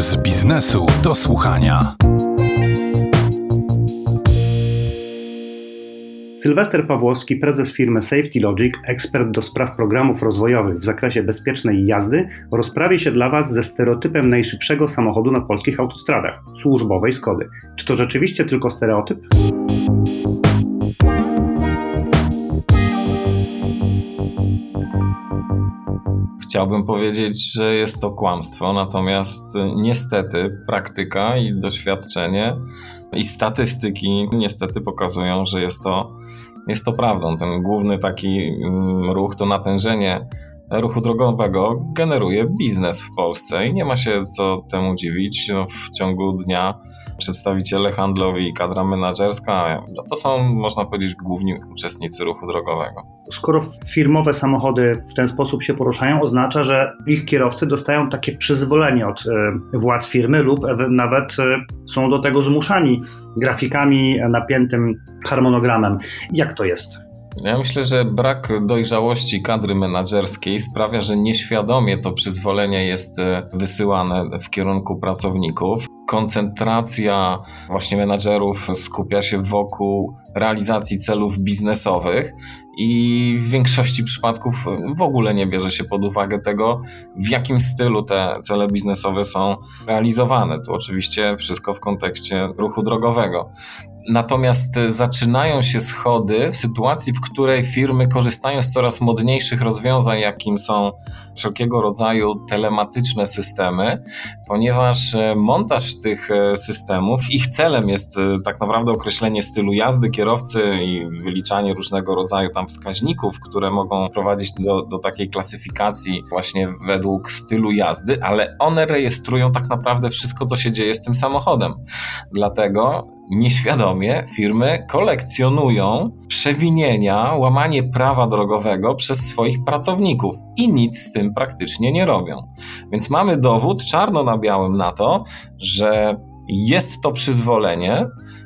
z biznesu do słuchania. Sylwester Pawłowski, prezes firmy Safety Logic, ekspert do spraw programów rozwojowych w zakresie bezpiecznej jazdy, rozprawi się dla Was ze stereotypem najszybszego samochodu na polskich autostradach, służbowej Skody. Czy to rzeczywiście tylko stereotyp? Chciałbym powiedzieć, że jest to kłamstwo, natomiast niestety praktyka i doświadczenie i statystyki niestety pokazują, że jest to prawdą. Ten główny taki ruch, to natężenie ruchu drogowego generuje biznes w Polsce i nie ma się co temu dziwić. W ciągu dnia przedstawiciele handlowi i kadra menadżerska to są, można powiedzieć, główni uczestnicy ruchu drogowego. Skoro firmowe samochody w ten sposób się poruszają, oznacza, że ich kierowcy dostają takie przyzwolenie od władz firmy lub nawet są do tego zmuszani grafikami, napiętym harmonogramem. Jak to jest? Ja myślę, że brak dojrzałości kadry menadżerskiej sprawia, że nieświadomie to przyzwolenie jest wysyłane w kierunku pracowników. Koncentracja właśnie menadżerów skupia się wokół realizacji celów biznesowych i w większości przypadków w ogóle nie bierze się pod uwagę tego, w jakim stylu te cele biznesowe są realizowane. Tu oczywiście wszystko w kontekście ruchu drogowego. Natomiast zaczynają się schody w sytuacji, w której firmy korzystają z coraz modniejszych rozwiązań, jakim są wszelkiego rodzaju telematyczne systemy, ponieważ montaż tych systemów, ich celem jest tak naprawdę określenie stylu jazdy kierowcy i wyliczanie różnego rodzaju tam wskaźników, które mogą prowadzić do takiej klasyfikacji właśnie według stylu jazdy, ale one rejestrują tak naprawdę wszystko, co się dzieje z tym samochodem. Dlatego nieświadomie firmy kolekcjonują przewinienia, łamanie prawa drogowego przez swoich pracowników i nic z tym praktycznie nie robią. Więc mamy dowód czarno na białym na to, że jest to przyzwolenie.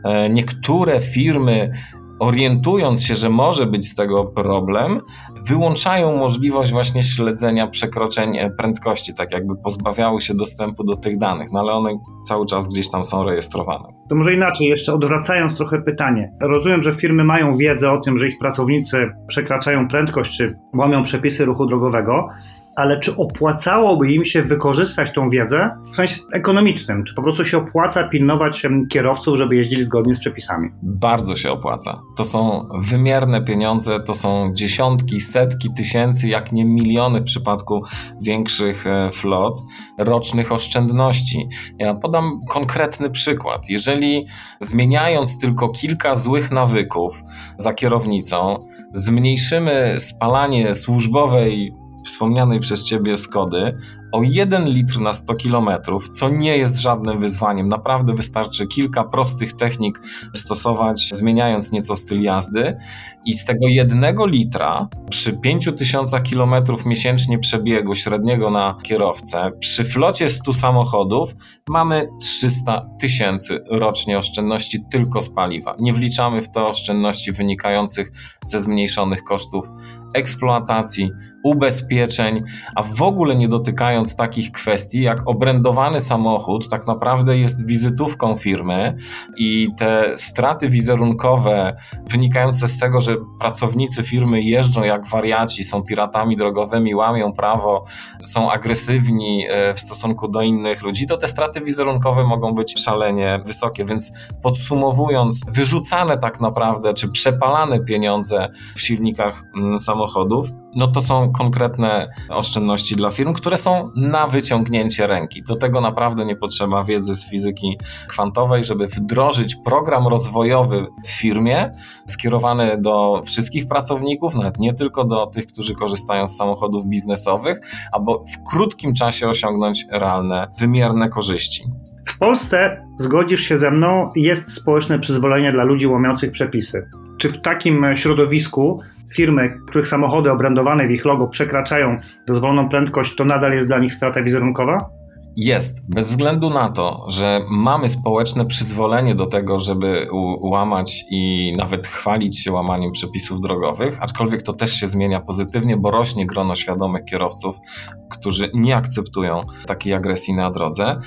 Niektóre firmy, orientując się, że może być z tego problem, wyłączają możliwość właśnie śledzenia przekroczeń prędkości, tak jakby pozbawiały się dostępu do tych danych, no ale one cały czas gdzieś tam są rejestrowane. To może inaczej, jeszcze odwracając trochę pytanie. Rozumiem, że firmy mają wiedzę o tym, że ich pracownicy przekraczają prędkość czy łamią przepisy ruchu drogowego, ale czy opłacałoby im się wykorzystać tą wiedzę w sensie ekonomicznym? Czy po prostu się opłaca pilnować kierowców, żeby jeździli zgodnie z przepisami? Bardzo się opłaca. To są wymierne pieniądze, to są dziesiątki, setki tysięcy, jak nie miliony w przypadku większych flot, rocznych oszczędności. Ja podam konkretny przykład. Jeżeli zmieniając tylko kilka złych nawyków za kierownicą, zmniejszymy spalanie służbowej wspomnianej przez Ciebie Skody o 1 litr na 100 kilometrów, co nie jest żadnym wyzwaniem. Naprawdę wystarczy kilka prostych technik stosować, zmieniając nieco styl jazdy i z tego 1 litra przy 5000 kilometrów miesięcznie przebiegu średniego na kierowcę, przy flocie 100 samochodów mamy 300 000 rocznie oszczędności tylko z paliwa. Nie wliczamy w to oszczędności wynikających ze zmniejszonych kosztów eksploatacji, ubezpieczeń, a w ogóle nie dotykając takich kwestii jak obrędowany samochód tak naprawdę jest wizytówką firmy i te straty wizerunkowe wynikające z tego, że pracownicy firmy jeżdżą jak wariaci, są piratami drogowymi, łamią prawo, są agresywni w stosunku do innych ludzi, to te straty wizerunkowe mogą być szalenie wysokie, więc podsumowując, wyrzucane tak naprawdę czy przepalane pieniądze w silnikach samochodów, no to są konkretne oszczędności dla firm, które są na wyciągnięcie ręki. Do tego naprawdę nie potrzeba wiedzy z fizyki kwantowej, żeby wdrożyć program rozwojowy w firmie skierowany do wszystkich pracowników, nawet nie tylko do tych, którzy korzystają z samochodów biznesowych, aby w krótkim czasie osiągnąć realne, wymierne korzyści. W Polsce, zgodzisz się ze mną, jest społeczne przyzwolenie dla ludzi łamiących przepisy. Czy w takim środowisku firmy, których samochody obrędowane w ich logo przekraczają dozwoloną prędkość, to nadal jest dla nich strata wizerunkowa? Jest. Bez względu na to, że mamy społeczne przyzwolenie do tego, żeby łamać i nawet chwalić się łamaniem przepisów drogowych, aczkolwiek to też się zmienia pozytywnie, bo rośnie grono świadomych kierowców, którzy nie akceptują takiej agresji na drodze,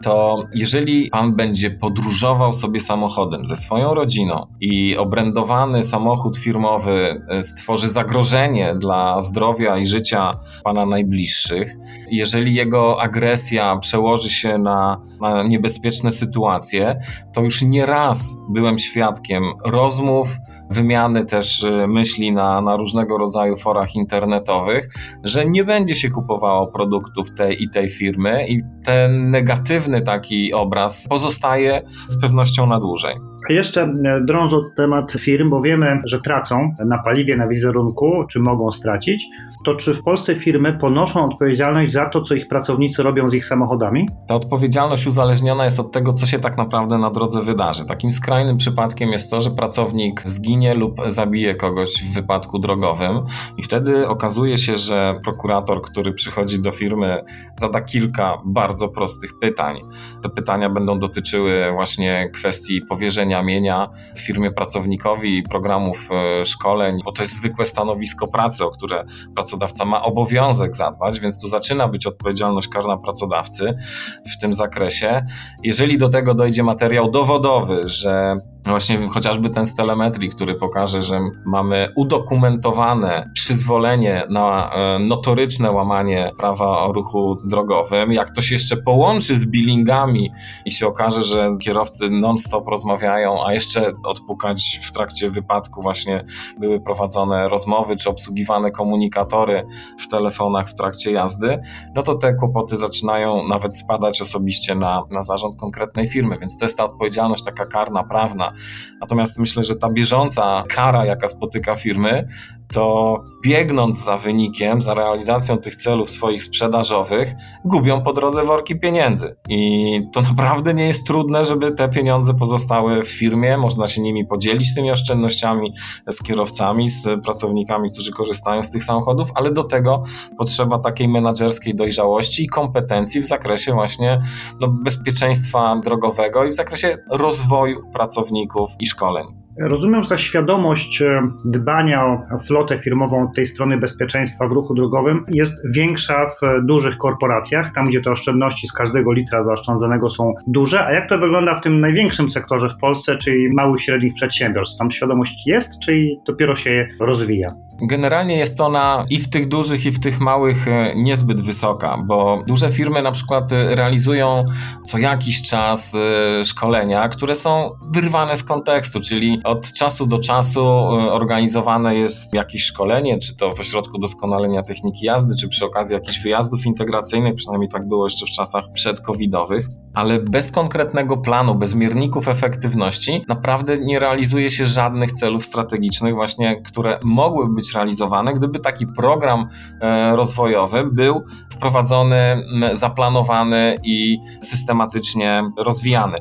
to jeżeli pan będzie podróżował sobie samochodem ze swoją rodziną i obrędowany samochód firmowy stworzy zagrożenie dla zdrowia i życia pana najbliższych, jeżeli jego agresja przełoży się na niebezpieczne sytuacje, to już nie raz byłem świadkiem rozmów, wymiany też myśli na różnego rodzaju forach internetowych, że nie będzie się kupowało produktów tej i tej firmy i ten negatywny taki obraz pozostaje z pewnością na dłużej. A jeszcze drążąc temat firm, bo wiemy, że tracą na paliwie, na wizerunku, czy mogą stracić, to czy w Polsce firmy ponoszą odpowiedzialność za to, co ich pracownicy robią z ich samochodami? Ta odpowiedzialność uzależniona jest od tego, co się tak naprawdę na drodze wydarzy. Takim skrajnym przypadkiem jest to, że pracownik zginie lub zabije kogoś w wypadku drogowym i wtedy okazuje się, że prokurator, który przychodzi do firmy, zada kilka bardzo prostych pytań. Te pytania będą dotyczyły właśnie kwestii powierzenia mienia w firmie pracownikowi i programów szkoleń, bo to jest zwykłe stanowisko pracy, o które pracodawca ma obowiązek zadbać, więc tu zaczyna być odpowiedzialność karna pracodawcy w tym zakresie. Jeżeli do tego dojdzie materiał dowodowy, że właśnie chociażby ten z telemetrii, który pokaże, że mamy udokumentowane przyzwolenie na notoryczne łamanie prawa o ruchu drogowym, jak to się jeszcze połączy z billingami i się okaże, że kierowcy non-stop rozmawiają, a jeszcze odpukać w trakcie wypadku właśnie były prowadzone rozmowy czy obsługiwane komunikatory w telefonach w trakcie jazdy, no to te kłopoty zaczynają nawet spadać osobiście na zarząd konkretnej firmy, więc to jest ta odpowiedzialność taka karna, prawna. Natomiast myślę, że ta bieżąca kara, jaka spotyka firmy, to biegnąc za wynikiem, za realizacją tych celów swoich sprzedażowych, gubią po drodze worki pieniędzy. I to naprawdę nie jest trudne, żeby te pieniądze pozostały w firmie, można się nimi podzielić, tymi oszczędnościami z kierowcami, z pracownikami, którzy korzystają z tych samochodów, ale do tego potrzeba takiej menadżerskiej dojrzałości i kompetencji w zakresie właśnie bezpieczeństwa drogowego i w zakresie rozwoju pracowników i szkoleń. Rozumiem, że ta świadomość dbania o flotę firmową od tej strony bezpieczeństwa w ruchu drogowym jest większa w dużych korporacjach, tam gdzie te oszczędności z każdego litra zaoszczędzonego są duże. A jak to wygląda w tym największym sektorze w Polsce, czyli małych i średnich przedsiębiorstw? Tam świadomość jest, czy dopiero się rozwija? Generalnie jest ona i w tych dużych, i w tych małych niezbyt wysoka, bo duże firmy na przykład realizują co jakiś czas szkolenia, które są wyrwane z kontekstu, czyli od czasu do czasu organizowane jest jakieś szkolenie, czy to w ośrodku doskonalenia techniki jazdy, czy przy okazji jakichś wyjazdów integracyjnych, przynajmniej tak było jeszcze w czasach przedcovidowych, ale bez konkretnego planu, bez mierników efektywności naprawdę nie realizuje się żadnych celów strategicznych właśnie, które mogłyby być realizowane, gdyby taki program rozwojowy był wprowadzony, zaplanowany i systematycznie rozwijany.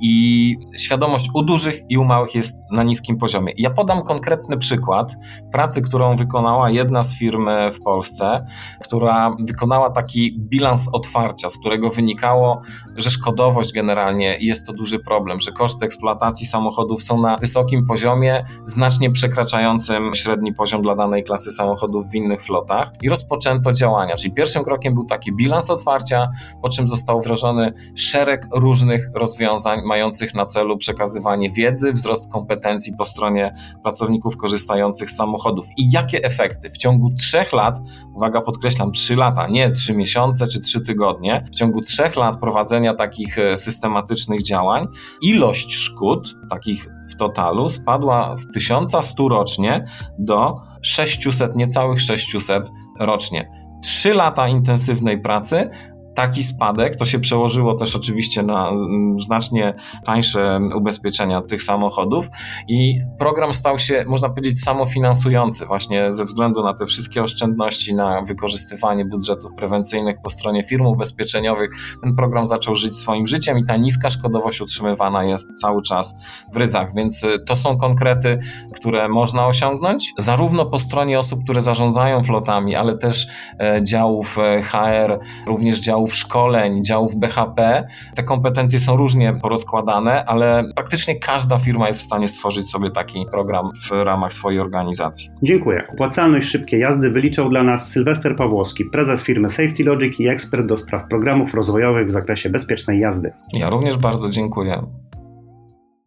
I świadomość u dużych i u małych jest na niskim poziomie. Ja podam konkretny przykład pracy, którą wykonała jedna z firm w Polsce, która wykonała taki bilans otwarcia, z którego wynikało, że szkodowość generalnie jest to duży problem, że koszty eksploatacji samochodów są na wysokim poziomie, znacznie przekraczającym średni poziom dla danej klasy samochodów w innych flotach i rozpoczęto działania. Czyli pierwszym krokiem był taki bilans otwarcia, po czym został wdrożony szereg różnych rozwiązań mających na celu przekazywanie wiedzy, wzrost kompetencji po stronie pracowników korzystających z samochodów. I jakie efekty? W ciągu 3 lat, uwaga, podkreślam, 3 lata, nie 3 miesiące czy 3 tygodnie, w ciągu 3 lat prowadzenia takich systematycznych działań, ilość szkód, takich w totalu, spadła z 1100 rocznie do 600, niecałych 600 rocznie. 3 lata intensywnej pracy, taki spadek, to się przełożyło też oczywiście na znacznie tańsze ubezpieczenia tych samochodów i program stał się, można powiedzieć, samofinansujący właśnie ze względu na te wszystkie oszczędności, na wykorzystywanie budżetów prewencyjnych po stronie firm ubezpieczeniowych. Ten program zaczął żyć swoim życiem i ta niska szkodowość utrzymywana jest cały czas w ryzach, więc to są konkrety, które można osiągnąć, zarówno po stronie osób, które zarządzają flotami, ale też działów HR, również działów działów szkoleń, działów BHP. Te kompetencje są różnie porozkładane, ale praktycznie każda firma jest w stanie stworzyć sobie taki program w ramach swojej organizacji. Dziękuję. Opłacalność szybkiej jazdy wyliczał dla nas Sylwester Pawłowski, prezes firmy Safety Logic i ekspert do spraw programów rozwojowych w zakresie bezpiecznej jazdy. Ja również bardzo dziękuję.